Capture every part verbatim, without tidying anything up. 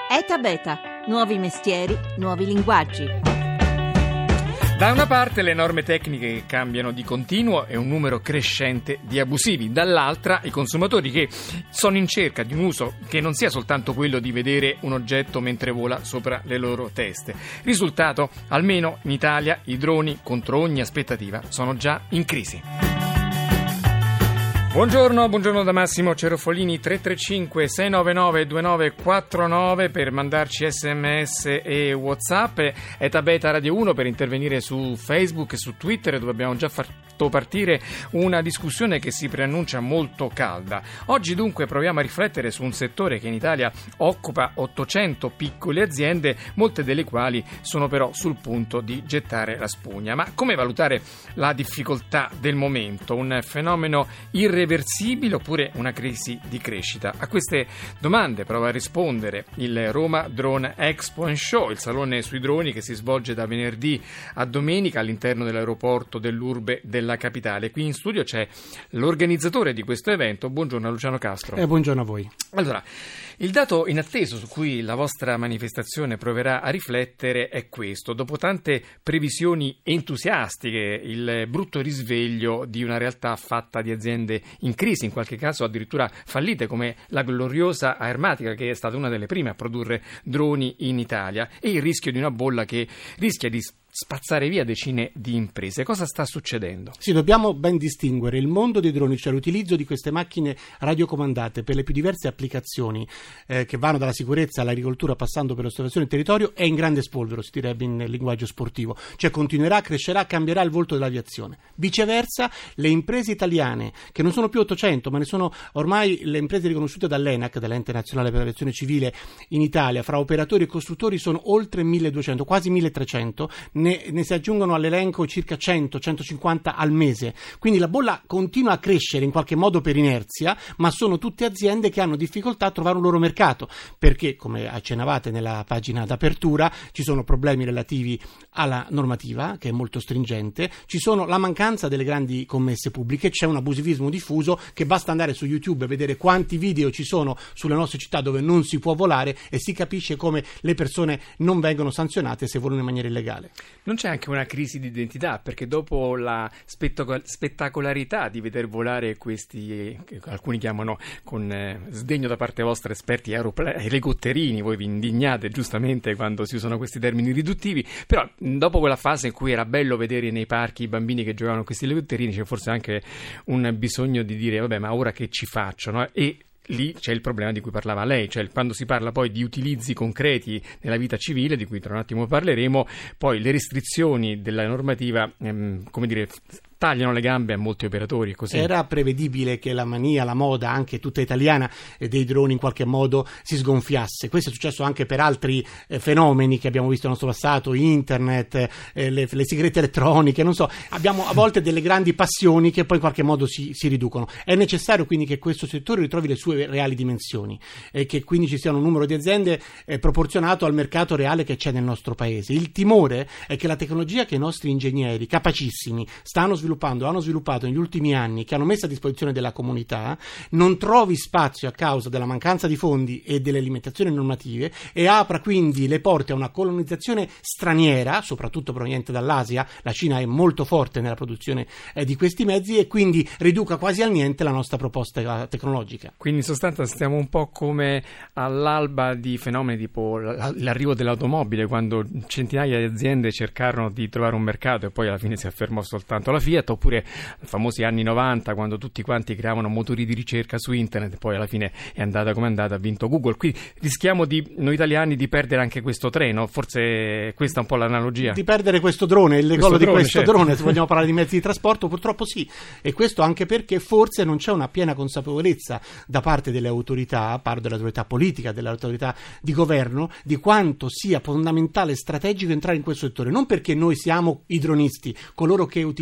ETA Beta, nuovi mestieri, nuovi linguaggi. Da una parte le norme tecniche che cambiano di continuo e un numero crescente di abusivi, dall'altra i consumatori che sono in cerca di un uso che non sia soltanto quello di vedere un oggetto mentre vola sopra le loro teste. Risultato, almeno in Italia i droni, contro ogni aspettativa, sono già in crisi. Buongiorno, buongiorno da Massimo Cerofolini. Tre tre cinque sei nove nove due nove quattro nove per mandarci sms e WhatsApp, ETA Beta Radio uno per intervenire su Facebook e su Twitter, dove abbiamo già fatto partire una discussione che si preannuncia molto calda. Oggi dunque proviamo a riflettere su un settore che in Italia occupa ottocento piccole aziende, molte delle quali sono però sul punto di gettare la spugna. Ma come valutare la difficoltà del momento? Un fenomeno irreversibile irreversibile oppure una crisi di crescita? A queste domande prova a rispondere il Roma Drone Expo and Show, il salone sui droni che si svolge da venerdì a domenica all'interno dell'aeroporto dell'Urbe della capitale. Qui in studio c'è l'organizzatore di questo evento. Buongiorno Luciano Castro. Eh, buongiorno a voi. Allora, il dato inatteso su cui la vostra manifestazione proverà a riflettere è questo. Dopo tante previsioni entusiastiche, il brutto risveglio di una realtà fatta di aziende in crisi, in qualche caso addirittura fallite, come la gloriosa Aermatica, che è stata una delle prime a produrre droni in Italia, e il rischio di una bolla che rischia di spazzare via decine di imprese. Cosa sta succedendo? Sì, dobbiamo ben distinguere il mondo dei droni, cioè l'utilizzo di queste macchine radiocomandate per le più diverse applicazioni eh, che vanno dalla sicurezza all'agricoltura passando per l'osservazione del territorio, è in grande spolvero, si direbbe in linguaggio sportivo, cioè continuerà, crescerà, cambierà il volto dell'aviazione. Viceversa, le imprese italiane, che non sono più ottocento, ma ne sono ormai le imprese riconosciute dall'ENAC, dall'Ente Nazionale per l'Aviazione Civile in Italia, fra operatori e costruttori sono oltre milleduecento, quasi milletrecento. Ne, ne si aggiungono all'elenco circa cento centocinquanta al mese, quindi la bolla continua a crescere in qualche modo per inerzia, ma sono tutte aziende che hanno difficoltà a trovare un loro mercato, perché, come accennavate nella pagina d'apertura, ci sono problemi relativi alla normativa, che è molto stringente, ci sono la mancanza delle grandi commesse pubbliche, c'è un abusivismo diffuso che basta andare su YouTube e vedere quanti video ci sono sulle nostre città dove non si può volare e si capisce come le persone non vengono sanzionate se volano in maniera illegale. Non c'è anche una crisi di identità, perché dopo la spettaco- spettacolarità di veder volare questi, che alcuni chiamano con eh, sdegno da parte vostra esperti aeropla- elicotterini, voi vi indignate giustamente quando si usano questi termini riduttivi, però dopo quella fase in cui era bello vedere nei parchi i bambini che giocavano questi elicotterini, c'è forse anche un bisogno di dire vabbè, ma ora che ci faccio, no? E lì c'è il problema di cui parlava lei, cioè quando si parla poi di utilizzi concreti nella vita civile, di cui tra un attimo parleremo, poi le restrizioni della normativa, ehm, come dire, tagliano le gambe a molti operatori. Così. Era prevedibile che la mania, la moda, anche tutta italiana, eh, dei droni in qualche modo si sgonfiasse. Questo è successo anche per altri eh, fenomeni che abbiamo visto nel nostro passato, internet, eh, le, le sigarette elettroniche, non so. Abbiamo a volte delle grandi passioni che poi in qualche modo si, si riducono. È necessario quindi che questo settore ritrovi le sue reali dimensioni e che quindi ci sia un numero di aziende eh, proporzionato al mercato reale che c'è nel nostro paese. Il timore è che la tecnologia che i nostri ingegneri, capacissimi, stanno sviluppando sviluppando, hanno sviluppato negli ultimi anni, che hanno messo a disposizione della comunità, non trovi spazio a causa della mancanza di fondi e delle limitazioni normative e apra quindi le porte a una colonizzazione straniera, soprattutto proveniente dall'Asia. La Cina è molto forte nella produzione eh, di questi mezzi e quindi riduca quasi al niente la nostra proposta tecnologica. Quindi in sostanza stiamo un po' come all'alba di fenomeni tipo l'arrivo dell'automobile, quando centinaia di aziende cercarono di trovare un mercato e poi alla fine si affermò soltanto la Fiat, oppure i famosi anni novanta, quando tutti quanti creavano motori di ricerca su internet, poi alla fine è andata come è andata, ha vinto Google. Quindi rischiamo di, noi italiani, di perdere anche questo treno, forse questa è un po' l'analogia. Di perdere questo drone, il decollo di questo certo. drone, se vogliamo parlare di mezzi di trasporto, purtroppo sì, e questo anche perché forse non c'è una piena consapevolezza da parte delle autorità, parlo dell'autorità politica, dell'autorità di governo, di quanto sia fondamentale e strategico entrare in questo settore, non perché noi siamo i dronisti, coloro che utilizzano i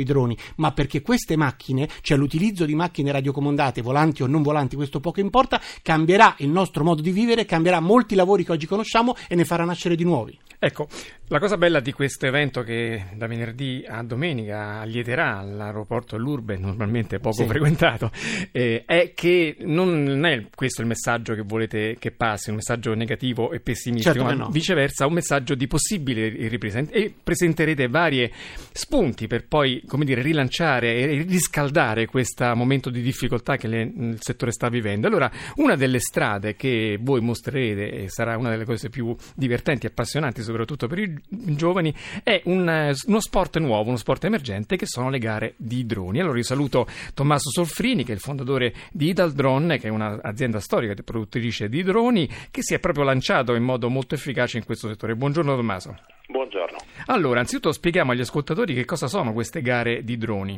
droni, ma perché queste macchine, cioè l'utilizzo di macchine radiocomandate, volanti o non volanti, questo poco importa, cambierà il nostro modo di vivere, cambierà molti lavori che oggi conosciamo e ne farà nascere di nuovi. Ecco, la cosa bella di questo evento che da venerdì a domenica allieterà all'aeroporto Lourbe, normalmente poco sì. frequentato, eh, è che non è questo il messaggio che volete che passi, un messaggio negativo e pessimistico, certo ma no. viceversa un messaggio di possibile ripresa, e presenterete vari spunti per poi, come dire, rilanciare e riscaldare questo momento di difficoltà che le, il settore sta vivendo. Allora, una delle strade che voi mostrerete, e sarà una delle cose più divertenti e appassionanti soprattutto per i giovani, è un, uno sport nuovo, uno sport emergente, che sono le gare di droni. Allora io saluto Tommaso Solfrini, che è il fondatore di Italdrone, che è un'azienda storica produttrice di droni, che si è proprio lanciato in modo molto efficace in questo settore. Buongiorno Tommaso. Buongiorno. Allora, anzitutto spieghiamo agli ascoltatori che cosa sono queste gare di droni.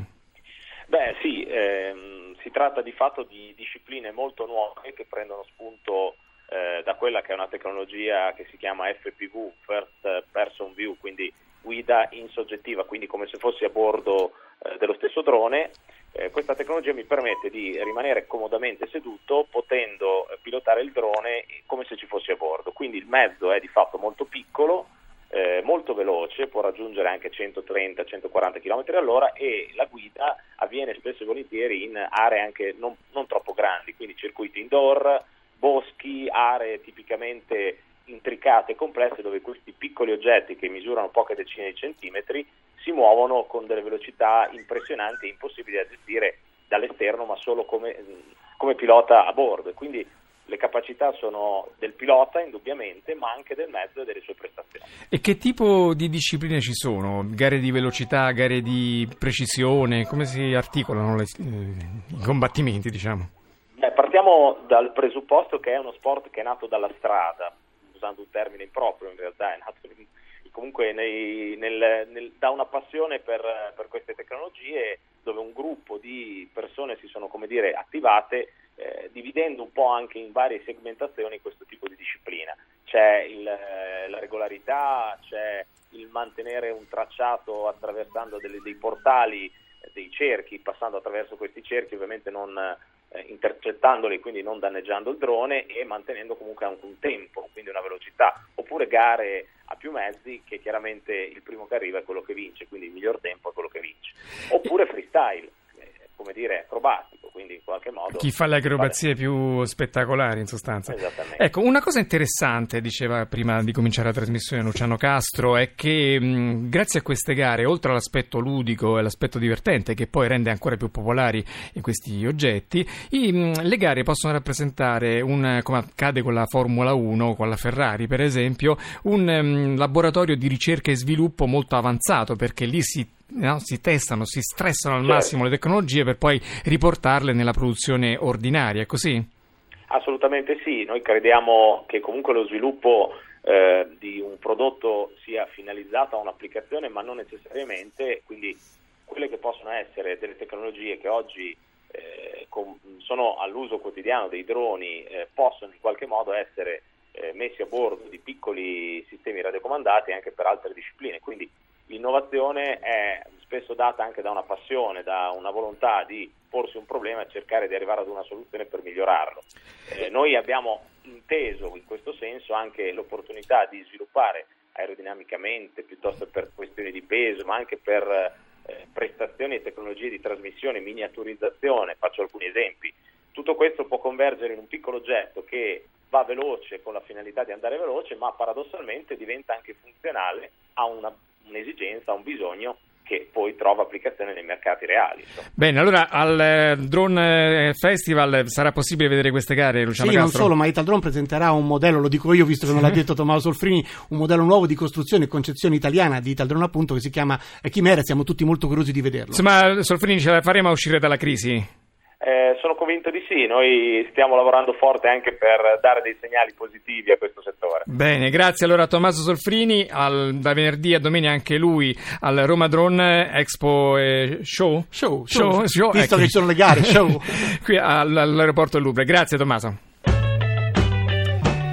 Beh sì, ehm, si tratta di fatto di discipline molto nuove che prendono spunto eh, da quella che è una tecnologia che si chiama F P V, First Person View, quindi guida in soggettiva, quindi come se fossi a bordo eh, dello stesso drone. Eh, questa tecnologia mi permette di rimanere comodamente seduto, potendo eh, pilotare il drone come se ci fossi a bordo. Quindi il mezzo è di fatto molto piccolo, eh, molto veloce, può raggiungere anche centotrenta centoquaranta chilometri all'ora, e la guida avviene spesso e volentieri in aree anche non, non troppo grandi, quindi circuiti indoor, boschi, aree tipicamente intricate e complesse, dove questi piccoli oggetti che misurano poche decine di centimetri si muovono con delle velocità impressionanti e impossibili da gestire dall'esterno, ma solo come, come pilota a bordo. E quindi le capacità sono del pilota indubbiamente, ma anche del mezzo e delle sue prestazioni. E che tipo di discipline ci sono? Gare di velocità, gare di precisione? Come si articolano le, i combattimenti, diciamo? Beh, partiamo dal presupposto che è uno sport che è nato dalla strada, usando un termine improprio, in realtà è nato comunque nei, nel, nel, da una passione per, per queste tecnologie, dove un gruppo di persone si sono, come dire, attivate, eh, dividendo un po' anche in varie segmentazioni questo tipo di disciplina. C'è il, la regolarità, c'è il mantenere un tracciato attraversando delle, dei portali, dei cerchi, passando attraverso questi cerchi, ovviamente non eh, intercettandoli, quindi non danneggiando il drone, e mantenendo comunque anche un tempo, quindi una velocità. Oppure gare a più mezzi, che chiaramente il primo che arriva è quello che vince, quindi il miglior tempo è quello che vince. Oppure freestyle, eh, come dire, acrobatico, quindi in qualche modo chi fa le acrobazie vale. più spettacolari, in sostanza. Esattamente. Ecco, una cosa interessante, diceva prima di cominciare la trasmissione Luciano Castro, è che mh, grazie a queste gare, oltre all'aspetto ludico e l'aspetto divertente, che poi rende ancora più popolari questi oggetti, i, mh, le gare possono rappresentare, un, come accade con la Formula uno, con la Ferrari per esempio, un um, laboratorio di ricerca e sviluppo molto avanzato, perché lì si No, si testano, si stressano al certo. massimo le tecnologie per poi riportarle nella produzione ordinaria, è così? Assolutamente sì, noi crediamo che comunque lo sviluppo eh, di un prodotto sia finalizzato a un'applicazione, ma non necessariamente, quindi quelle che possono essere delle tecnologie che oggi eh, com- sono all'uso quotidiano dei droni, eh, possono in qualche modo essere eh, messi a bordo di piccoli sistemi radiocomandati anche per altre discipline, quindi l'innovazione è spesso data anche da una passione, da una volontà di porsi un problema e cercare di arrivare ad una soluzione per migliorarlo. Eh, noi abbiamo inteso in questo senso anche l'opportunità di sviluppare aerodinamicamente, piuttosto per questioni di peso, ma anche per eh, prestazioni e tecnologie di trasmissione, miniaturizzazione. Faccio alcuni esempi. Tutto questo può convergere in un piccolo oggetto che va veloce con la finalità di andare veloce, ma paradossalmente diventa anche funzionale a una un'esigenza, un bisogno che poi trova applicazione nei mercati reali. Insomma. Bene, allora al eh, Drone Festival sarà possibile vedere queste gare, Luciano Sì, Castro? non solo, ma Italdrone presenterà un modello, lo dico io visto che non l'ha detto Tommaso Solfrini, un modello nuovo di costruzione e concezione italiana di Italdrone, appunto, che si chiama Chimera. Siamo tutti molto curiosi di vederlo. Insomma, Solfrini, ce la faremo a uscire dalla crisi? Eh, sono convinto di sì, noi stiamo lavorando forte anche per dare dei segnali positivi a questo settore. Bene, grazie allora a Tommaso Solfrini, al, da venerdì a domenica anche lui al Roma Drone Expo eh, Show? Show, show, show, show visto ecco. che ci sono le gare, show. Qui all, all'aeroporto Louvre. Grazie Tommaso.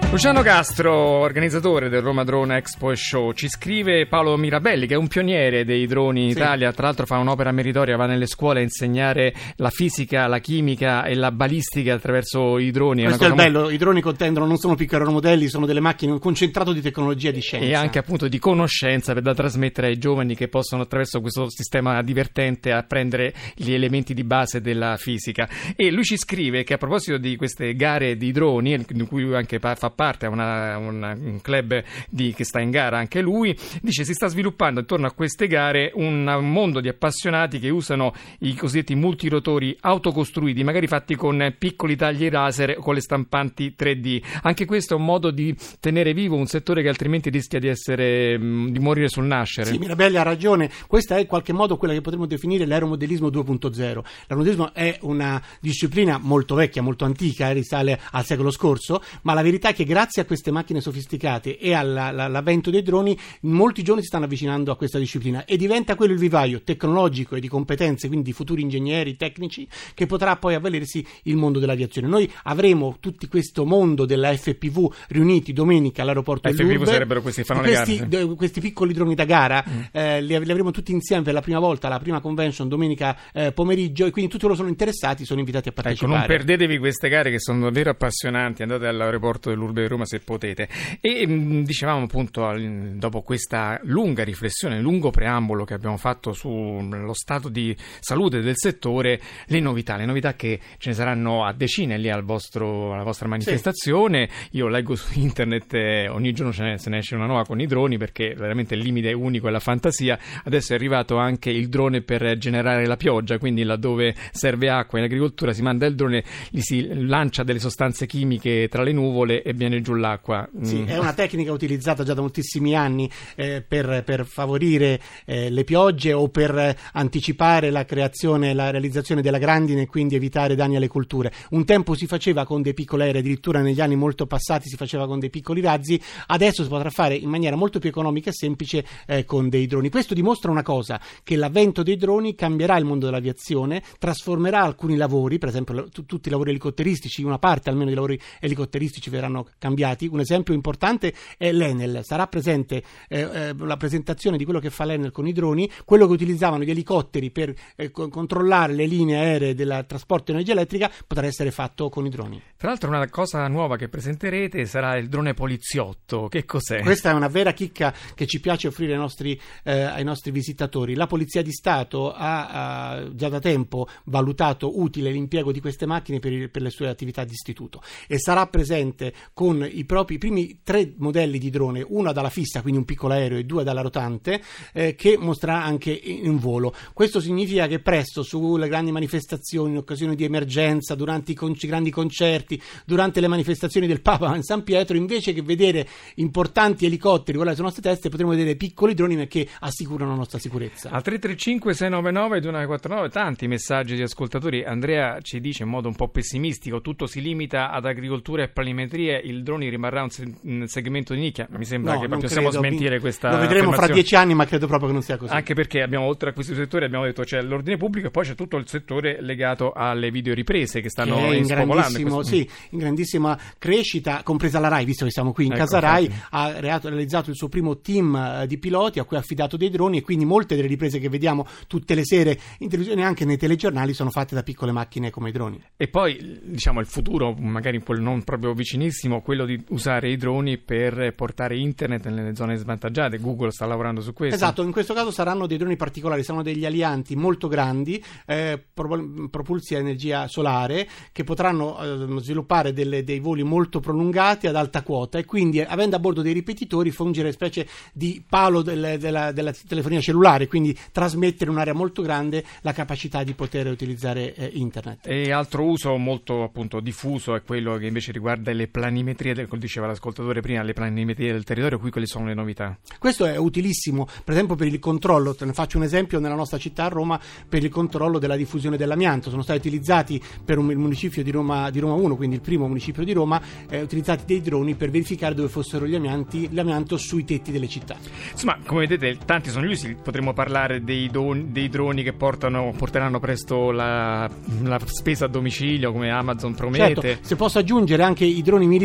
Luciano Castro, organizzatore del Roma Drone Expo e Show, ci scrive Paolo Mirabelli, che è un pioniere dei droni in sì. Italia, tra l'altro fa un'opera meritoria, va nelle scuole a insegnare la fisica, la chimica e la balistica attraverso i droni. Questo è, è il bello, molto... i droni contendono, non sono piccoli aeromodelli, sono delle macchine, un concentrato di tecnologia e di scienza. E anche appunto di conoscenza per da trasmettere ai giovani che possono attraverso questo sistema divertente apprendere gli elementi di base della fisica. E lui ci scrive che a proposito di queste gare di droni, di cui lui anche fa parte, parte a una, una, un club di, che sta in gara anche lui, dice si sta sviluppando intorno a queste gare un, un mondo di appassionati che usano i cosiddetti multirotori autocostruiti, magari fatti con piccoli tagli laser o con le stampanti tre D. Anche questo è un modo di tenere vivo un settore che altrimenti rischia di essere di morire sul nascere. Sì, Mirabelli ha ragione, questa è in qualche modo quella che potremmo definire l'aeromodellismo due punto zero. L'aeromodellismo è una disciplina molto vecchia, molto antica, risale al secolo scorso, ma la verità è che grazie a queste macchine sofisticate e alla, alla, all'avvento dei droni, molti giovani si stanno avvicinando a questa disciplina e diventa quello il vivaio tecnologico e di competenze, quindi di futuri ingegneri, tecnici, che potrà poi avvalersi il mondo dell'aviazione. Noi avremo tutto questo mondo della F P V riuniti domenica all'aeroporto F P V Louvre. sarebbero questi che fanno questi, le gare. Questi piccoli droni da gara, mm. eh, li, li avremo tutti insieme per la prima volta alla prima convention domenica eh, pomeriggio, e quindi tutti loro sono interessati, sono invitati a partecipare. Ecco, non perdetevi queste gare che sono davvero appassionanti, andate all'aeroporto dell'Urbe di Roma se potete. E mh, dicevamo appunto dopo questa lunga riflessione, lungo preambolo che abbiamo fatto sullo stato di salute del settore, le novità, le novità che ce ne saranno a decine lì al vostro, alla vostra manifestazione. Sì. Io leggo su internet eh, ogni giorno ce ne, se ne esce una nuova con i droni, perché veramente il limite è unico, è la fantasia. Adesso è arrivato anche il drone per generare la pioggia, quindi laddove serve acqua in agricoltura si manda il drone, gli si lancia delle sostanze chimiche tra le nuvole e viene giù l'acqua. Sì, mm. è una tecnica utilizzata già da moltissimi anni eh, per, per favorire eh, le piogge o per eh, anticipare la creazione, la realizzazione della grandine e quindi evitare danni alle colture. Un tempo si faceva con dei piccoli aerei, addirittura negli anni molto passati si faceva con dei piccoli razzi, adesso si potrà fare in maniera molto più economica e semplice eh, con dei droni. Questo dimostra una cosa, che l'avvento dei droni cambierà il mondo dell'aviazione, trasformerà alcuni lavori, per esempio t- tutti i lavori elicotteristici, una parte almeno dei lavori elicotteristici verranno cambiati. Un esempio importante è l'Enel, sarà presente eh, eh, la presentazione di quello che fa l'Enel con i droni, quello che utilizzavano gli elicotteri per eh, co- controllare le linee aeree del trasporto di energia elettrica potrà essere fatto con i droni. Tra l'altro una cosa nuova che presenterete sarà il drone poliziotto. Che cos'è? Questa è una vera chicca che ci piace offrire ai nostri, eh, ai nostri visitatori. La Polizia di Stato ha, ha già da tempo valutato utile l'impiego di queste macchine per, per le sue attività di istituto e sarà presente con i propri i primi tre modelli di drone, una dalla fissa, quindi un piccolo aereo, e due dalla rotante, eh, che mostrerà anche in volo. Questo significa che presto sulle grandi manifestazioni, in occasione di emergenza, durante i con- grandi concerti, durante le manifestazioni del Papa in San Pietro, invece che vedere importanti elicotteri volare sulle nostre teste, potremo vedere piccoli droni perché assicurano la nostra sicurezza. Al tre tre cinque sei nove nove due nove quattro nove tanti messaggi di ascoltatori. Andrea ci dice in modo un po' pessimistico: tutto si limita ad agricoltura e planimetrie, il drone rimarrà un, se- un segmento di nicchia. Mi sembra no, che non possiamo credo. smentire questa lo vedremo fra dieci anni, ma credo proprio che non sia così, anche perché abbiamo, oltre a questi settori, abbiamo detto c'è l'ordine pubblico e poi c'è tutto il settore legato alle videoriprese che stanno che è in grandissimo, sì, in grandissima crescita, compresa la RAI, visto che siamo qui in ecco, casa RAI, infatti. ha realizzato il suo primo team uh, di piloti a cui ha affidato dei droni, e quindi molte delle riprese che vediamo tutte le sere in televisione e anche nei telegiornali sono fatte da piccole macchine come i droni. E poi diciamo il futuro, magari non proprio vicinissimo, quello di usare i droni per portare internet nelle zone svantaggiate. Google sta lavorando su questo. Esatto, in questo caso saranno dei droni particolari, saranno degli alianti molto grandi, eh, pro- propulsi a energia solare, che potranno eh, sviluppare delle, dei voli molto prolungati ad alta quota, e quindi, avendo a bordo dei ripetitori, fungere specie di palo del, della, della telefonia cellulare, quindi trasmettere in un'area molto grande la capacità di poter utilizzare eh, internet. E altro uso molto appunto diffuso è quello che invece riguarda le planimetrie, del, come diceva l'ascoltatore prima, le planimetrie del territorio. Qui quali sono le novità? Questo è utilissimo, per esempio per il controllo, te ne faccio un esempio nella nostra città a Roma, per il controllo della diffusione dell'amianto. Sono stati utilizzati per un, il municipio di Roma, di Roma uno, quindi il primo municipio di Roma, eh, utilizzati dei droni per verificare dove fossero gli amianti, l'amianto sui tetti delle città. Insomma, come vedete, tanti sono gli usi. Potremmo parlare dei, don, dei droni che portano, porteranno presto la, la spesa a domicilio, come Amazon promette. Certo, se posso aggiungere anche i droni militari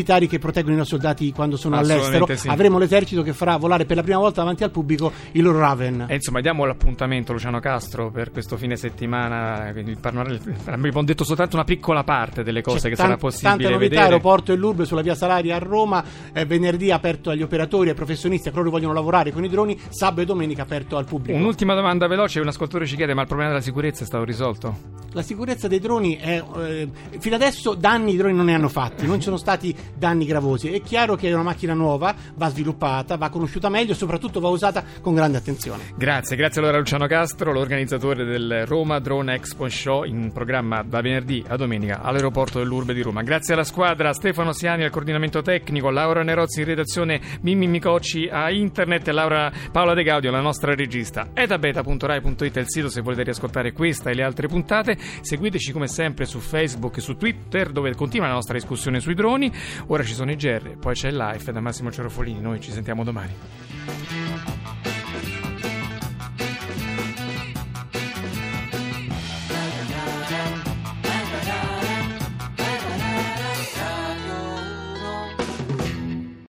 militari che proteggono i nostri soldati quando sono all'estero, sì. avremo l'esercito che farà volare per la prima volta davanti al pubblico i loro Raven. E insomma, diamo l'appuntamento, Luciano Castro, per questo fine settimana. Abbiamo detto soltanto una piccola parte delle cose C'è che tan- sarà possibile tante novità, vedere. Aeroporto e l'Urbe sulla via Salaria a Roma, eh, venerdì aperto agli operatori, ai professionisti, a coloro che vogliono lavorare con i droni, sabato e domenica aperto al pubblico. Un'ultima domanda veloce, un ascoltatore ci chiede: ma il problema della sicurezza è stato risolto? La sicurezza dei droni è eh, fino adesso danni i droni non ne hanno fatti, non ci sono stati danni gravosi. È chiaro che è una macchina nuova, va sviluppata, va conosciuta meglio e soprattutto va usata con grande attenzione. Grazie, grazie allora a Luciano Castro, l'organizzatore del Roma Drone Expo Show, in programma da venerdì a domenica all'aeroporto dell'Urbe di Roma. Grazie alla squadra, Stefano Siani al coordinamento tecnico, Laura Nerozzi in redazione, Mimmi Micocci a internet e Laura Paola De Gaudio, la nostra regista. etabeta punto rai punto it è il sito se volete riascoltare questa e le altre puntate. Seguiteci come sempre su Facebook e su Twitter, dove continua la nostra discussione sui droni. Ora ci sono i G R, poi c'è il live da Massimo Cerofolini. Noi ci sentiamo domani.